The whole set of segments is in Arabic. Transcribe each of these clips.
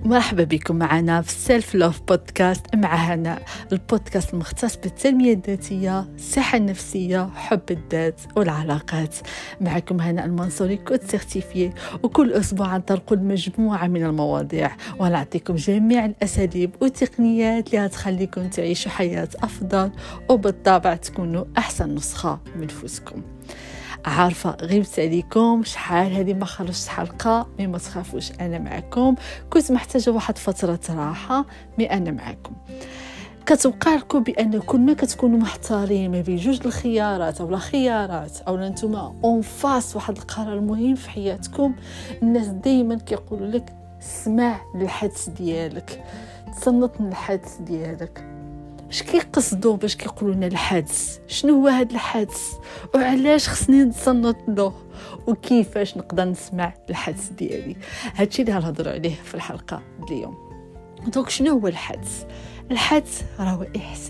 مرحبا بكم معنا في سيلف لوف بودكاست مع هناء، البودكاست المختص بالتنمية الذاتية، الصحة النفسية، حب الذات والعلاقات. معكم هناء المنصوري، كوت سيرتيفيي، وكل أسبوع نطرق مجموعة من المواضيع ونعطيكم جميع الأساليب والتقنيات اللي هتخليكم تعيشوا حياة أفضل، وبالطبع تكونوا أحسن نسخة من نفسكم. عارفة غيبت عليكم شحال هذه ما خرجت حلقة، ما تخافوش أنا معكم. كنت محتاجة واحد فترة راحة، أنا معكم. كتوقع لكم بأن كل ما كتكونوا محتارين ما بين جوج الخيارات أو لا خيارات أو ننتوما اون فاس واحد القرار مهم في حياتكم، الناس دايما كيقولوا لك اسمع للحدس ديالك، تصنت من الحدس ديالك. اش كيقصدوا باش كيقولوا لنا الحدس؟ شنو هو هذا الحدس وعلاش خصني نتصنت له وكيفاش نقدر نسمع الحدس ديالي؟ هادشي اللي غنهضروا عليه في الحلقه اليوم. دونك شنو هو الحدس؟ الحدس راهو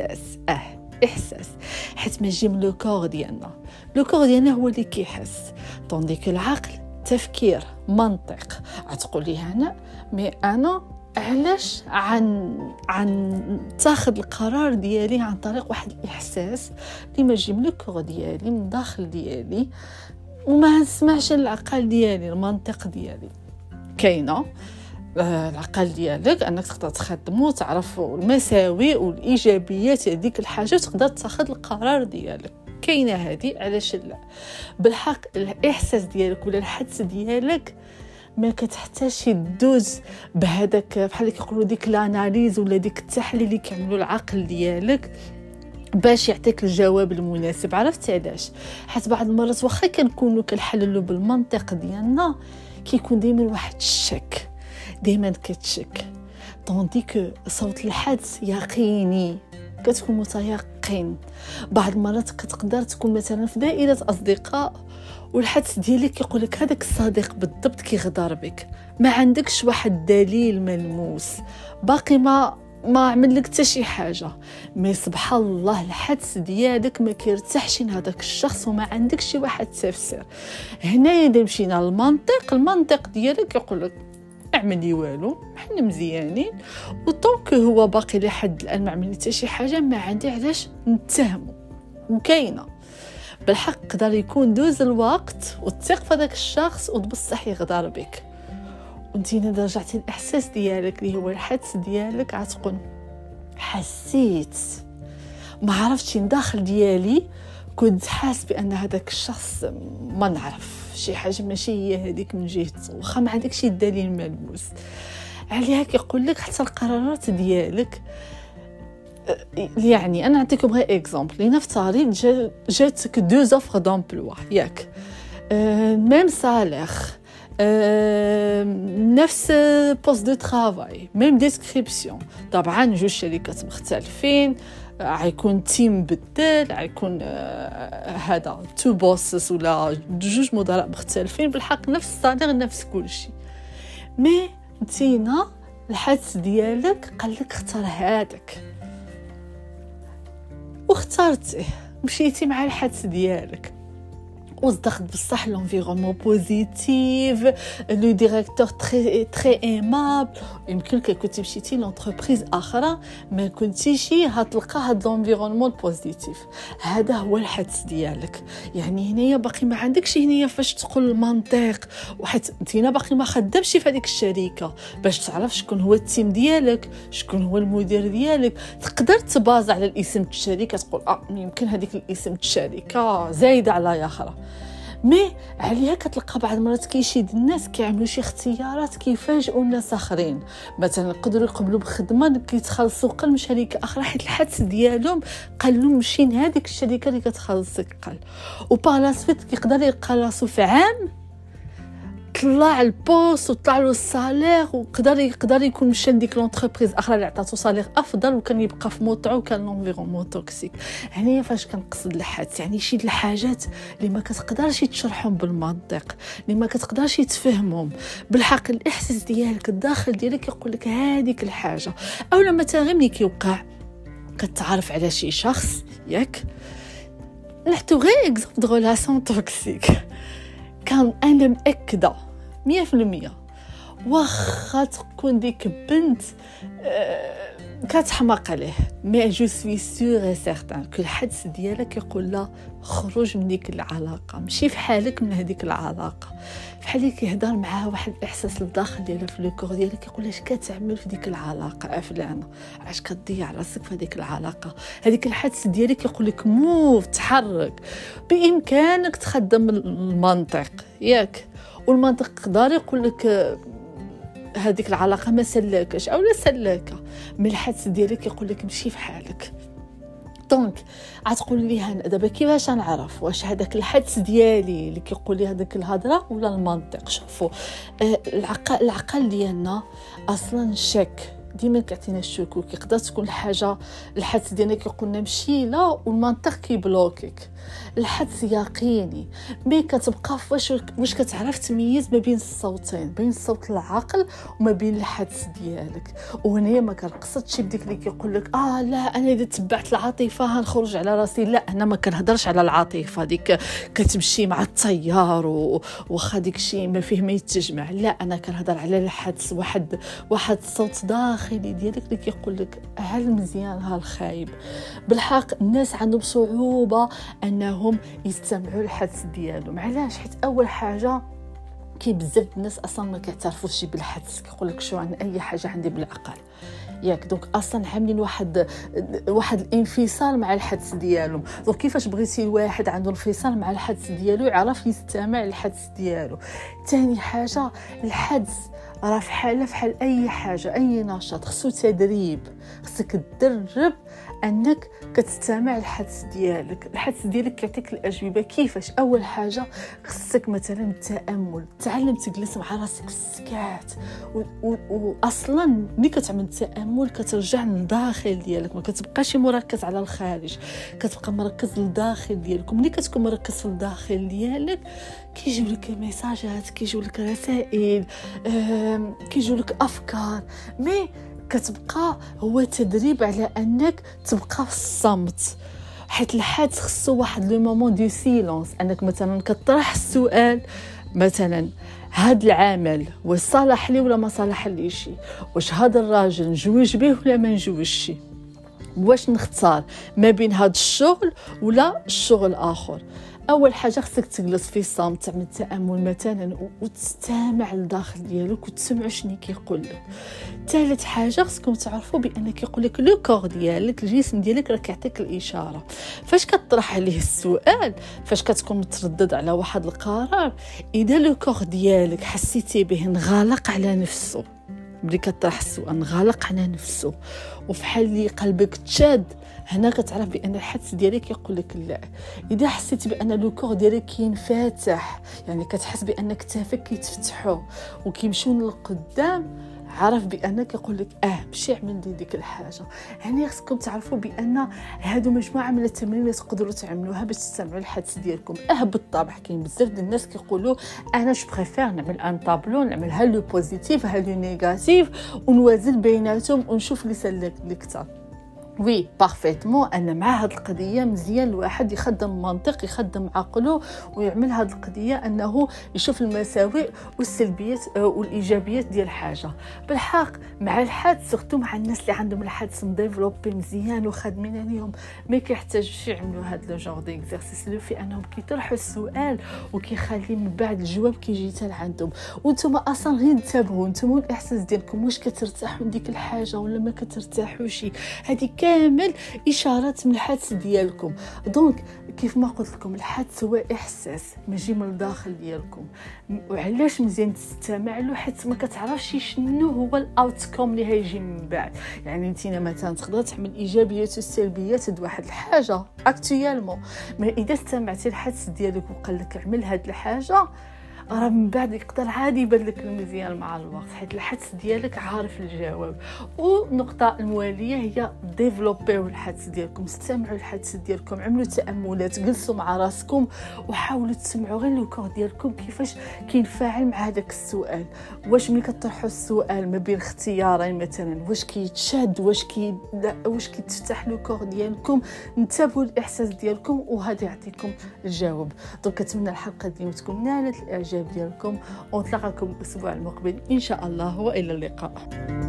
احساس حيت ما يجي من لو كور ديالنا. لو كور ديالنا هو اللي كيحس، طونديك العقل تفكير منطق. غتقول لي انا علاش عن تاخذ القرار ديالي عن طريق واحد الاحساس اللي ما يجي من الكور ديالي، من داخل ديالي، وما نسمعش العقل ديالي، المنطق ديالي. كاينه العقل ديالك انك تقدر تخدمه، تعرف المساوئ والايجابيات هذيك الحاجه وتقدر تاخذ القرار ديالك. كاينه هذه، علاش لا؟ بالحق الاحساس ديالك ولا الحدس ديالك ما كتحتاجش تدوز بهذاك بحال كيقولوا ديك الاناليز ولا ديك التحليل اللي كيعملوا العقل ديالك باش يعطيك الجواب المناسب. عرفت علاش؟ حيت بعض المرات واخا كنكونوا كنحللوا بالمنطق ديالنا كيكون دائما واحد الشك، دائما كتشك. طونديك صوت الحدس يقيني، كتكون متيقن. بعض المرات كتقدر تكون مثلا في دائره اصدقاء والحدس ديالك يقول لك هذاك الصديق بالضبط كيغدر بك، ما عندكش واحد دليل ملموس، باقي ما عمل لك حتى شي حاجه، مي سبحان الله الحدس ديالك ما كيرتاحش هذاك الشخص وما عندكش شي واحد تفسير. هنا اذا مشينا المنطق ديالك يقول لك اعملي والو، حنا مزيانين، وطونك هو باقي لحد الان ما عمل حتى شي حاجه، ما عندي علاش نتهمه. وكاينه بالحق قدر يكون دوز الوقت وتثق في هذاك الشخص وبصح يغدر بك، وانتي اذا رجعتي الاحساس ديالك اللي هو الحدس ديالك غتقول حسيت، ما عرفتش داخل ديالي كنت حاس بان هذاك الشخص ما نعرف شي حاجه ماشي هي هذيك من جهته، واخا ما عندك شي دليل ملموس عليها. كيقول لك حتى القرارات ديالك، يعني انا نعطيكم غير اكزامبل. لنفترض جاتك دو زوفر دومبلوا ياك، ميم سالير، نفس بوست دو ترافاي، ميم ديسكريبسيون. طبعا جوج شركات مختلفين، غيكون تيم بدل، غيكون هذا تو بوسس ولا جوج مدراء مختلفين، بالحق نفس الصالير نفس كل شيء. مي نتينا الحدس ديالك قال لك اختار هذاك واخترتيه، مشيتي مع الحدس ديالك وصدقت بصح لونفيرونمون بوزيتيف، لو ديريكتور تري ايمابل. يمكن كنتي مشيتي لونتربريز اخرى ما كنتيش هتلقى هاد لونفيرونمون بوزيتيف. هذا هو الحدس ديالك. يعني هنايا باقي ما عندكش هنايا فاش تقول المنطق، وحيت انتينا باقي ما خدامش في هذيك الشركه باش تعرف شكون هو التيم ديالك، شكون هو المدير ديالك. تقدر تباز على الاسم الشركه تقول يمكن هذيك الاسم الشركه زايده على اخرى، مي عليها كتلقى بعض المرات كيشيد الناس كيعملوا شي اختيارات كيفاجئوا الناس اخرين. مثلا يقدروا يقبلوا بخدمه كيتخلصوا قل من شركه اخرى حيت الحدس ديالهم قال لهم مشي لهذيك الشركه اللي كتخلصك قل، وبالا سويت يقدر يلقى راسو في عام طلع البوست وطلع له الصالير، ويقدر يكون مشى لديك لونتربريز اخرى اللي عطاتو صالير افضل، وكان يبقى في موطعو وكان لونفيرونمون توكسيك. هنايا فاش كنقصد الحدس، يعني شي الحاجات اللي ما كتقدرش تشرحهم بالمنطق، اللي ما كتقدرش تفهمهم بالحق. الاحساس ديالك الداخل ديالك يقول لك هذيك الحاجه. او لما تغير كيوقع كتعرف على شي شخص ياك، نحطو غير اكزامبل دو ريلاسيون توكسيك، كان انا مأكده 100% واخا تكون ديك بنت كتحماق عليه، مي جو سوي سور اي سيغتان كل الحدس ديالك يقول لا خرج من ديك العلاقه، ماشي في حالك من هذيك العلاقه، بحال كيهضر معاه واحد الاحساس للداخل ديالها في لو ديالك كيقول اش كتعمل في ديك العلاقه افلانه، علاش كتضيع راسك في هذيك العلاقه. هذيك الحدس ديالك يقول لك موف تحرك. بامكانك تخدم المنطق ياك، والمنطق يقدر يقول لك هذيك العلاقه ما سلاكش او لا سلاكه، من الحدس ديالك يقول لك مشي في حالك. دونك غتقول لي هنا دابا كيفاش نعرف واش هذاك الحدس ديالي اللي كيقول لي هذيك الهضره ولا المنطق؟ شوفوا العقل ديالنا اصلا شك ديما كيعطينا الشكوك، يقدر تكون الحاجه الحدس ديالنا كيقول لنا مشي لا والمنطق كيبلوكيك. الحدس يقيني، مي كتبقى واش كتعرف تميز ما بين الصوتين، بين صوت العقل وما بين الحدس ديالك. وهنا ما كنقصدش بديك اللي كيقول لك لا انا اذا تبعت العاطفه هنخرج على راسي، لا انا ما كنهضرش على العاطفه ديك كتمشي مع التيار وخا ديك الشيء ما فيه ما يتجمع، لا انا كنهضر على الحدس، واحد الصوت داخلي ديالك اللي كيقول لك ها المزيان ها الخايب. بالحق الناس عندهم صعوبه انهم يستمعوا للحدس ديالهم. علاش؟ حيت اول حاجه بزاف الناس اصلا ما كيعترفوش بالحدس، كيقول لك شو عن اي حاجه عندي بالعقل ياك. دونك اصلا عاملين واحد الانفصال مع الحدس ديالهم. دونك كيفاش بغيتي الواحد عنده انفصال مع الحدس ديالو يعرف يستمع للحدس ديالو؟ ثاني حاجه الحدس راه فحال اي حاجه، اي نشاط خصو تدريب، خصك تدرب انك كتستمع للحدس ديالك. الحدس ديالك كيعطيك الاجوبه. كيفاش؟ اول حاجه خصك مثلا التامل، تعلم تجلس مع راسك في السكات، واصلا ملي كتعمل التامل كترجع للداخل ديالك، ما كتبقاش مركز على الخارج، كتبقى مركز للداخل ديالك. ملي كتكون مركز في الداخل ديالك كيجيو لك ميساجات، كيجيو لك رسائل، كيجيو لك افكار، مي كتبقى هو تدريب على انك تبقى في الصمت. حيت الحدس خصو واحد لو مومون دو سيلونس، انك مثلا كطرح السؤال مثلا هاد العمل واش صالح لي ولا ما صالح ليش، واش هذا الراجل نجوج به ولا ما نجوجش، واش نختار ما بين هاد الشغل ولا الشغل اخر. اول حاجه خصك تجلس في الصمت، تعمل تامل مثلا وتستمع للداخل ديالك وتسمع شنو كيقول لك. ثالث حاجه خصكم تعرفوا بان كيقول لك لو كور ديالك، الجسم ديالك راه كيعطيك الاشاره. فاش كطرح عليه السؤال، فاش كتكون متردد على واحد القرار، اذا لو كور ديالك حسيتي به انغلق على نفسه، ملي كطرح السؤال انغلق على نفسه وفحال اللي قلبك تشاد، هنا كتعرف بان الحدس ديالك يقول لك لا. اذا حسيت بان لو كور ديالك كينفتح، يعني كتحس بان كتافك كيتفتحوا وكيمشيو للقدام، عارف بانك يقول لك مشي عمل ديك الحاجه. يعني خصكم تعرفوا بان هادو مجموعه من التمارين تقدروا تعملوها باش تستمعوا للحدس ديالكم. بالطبع كاين بزاف ديال الناس كيقولوا انا جو بريفير نعمل ان طابلو، نعمل ها لو بوزيتيف ها لو نيجاتيف ونوازن بيناتهم ونشوف اللي سلك اكثر. وي بارفيتمون، انا مع هاد القضيه مزيان الواحد يخدم منطق، يخدم عقله ويعمل هاد القضيه انه يشوف المساوئ والسلبيات والايجابيات ديال الحاجه. بالحق مع الحدس، سورتو مع الناس اللي عندهم الحدس مديفلوبي مزيان وخادمين عليهم، ما كيحتاجوش يعملوا هاد لو جور ديكزارسيس لو في انهم كيطرحوا السؤال وكيخلي من بعد الجواب كيجي حتى لعندهم. وانتم اصلا غير انتبهوا، انتم الاحساس ديالكم واش كترتاحوا من ديك الحاجه ولا ما كترتاحوش، هذه كامل اشارات من الحدس ديالكم. دونك كيف ما قلت لكم الحدس هو احساس ماشي من الداخل ديالكم. وعلاش مزيان تستمع له؟ حيت ما كتعرفش شنو هو الاوتكم اللي هيجي من بعد. يعني انت مثلا تقدر تعمل ايجابيات وسلبيات د واحد الحاجه اكطويالمون، ما اذا استمعتي الحدس ديالك وقال لك اعمل هاد الحاجه، راه من بعد يقدر عادي يبان لك المزيان مع الوقت، حيت الحدس ديالك عارف الجواب. والنقطه المواليه هي ديفلوبيو الحدس ديالكم، استمعوا الحدس ديالكم، عملوا تاملات، جلسوا مع راسكم وحاولوا تسمعوا غير لو كور ديالكم كيفاش كينفعل مع هذاك السؤال. واش ملي كطرحوا السؤال ما بين اختيارين مثلا، واش كيتشاد، واش كيتفتح لو كور ديالكم، انتبهوا الاحساس ديالكم وهذا يعطيكم الجواب. دونك كنتمنى الحلقه ديالكم تكون نالت الاعجاب. الاعجاب ديالكم، ونتلاقاكم الاسبوع المقبل ان شاء الله، والى اللقاء.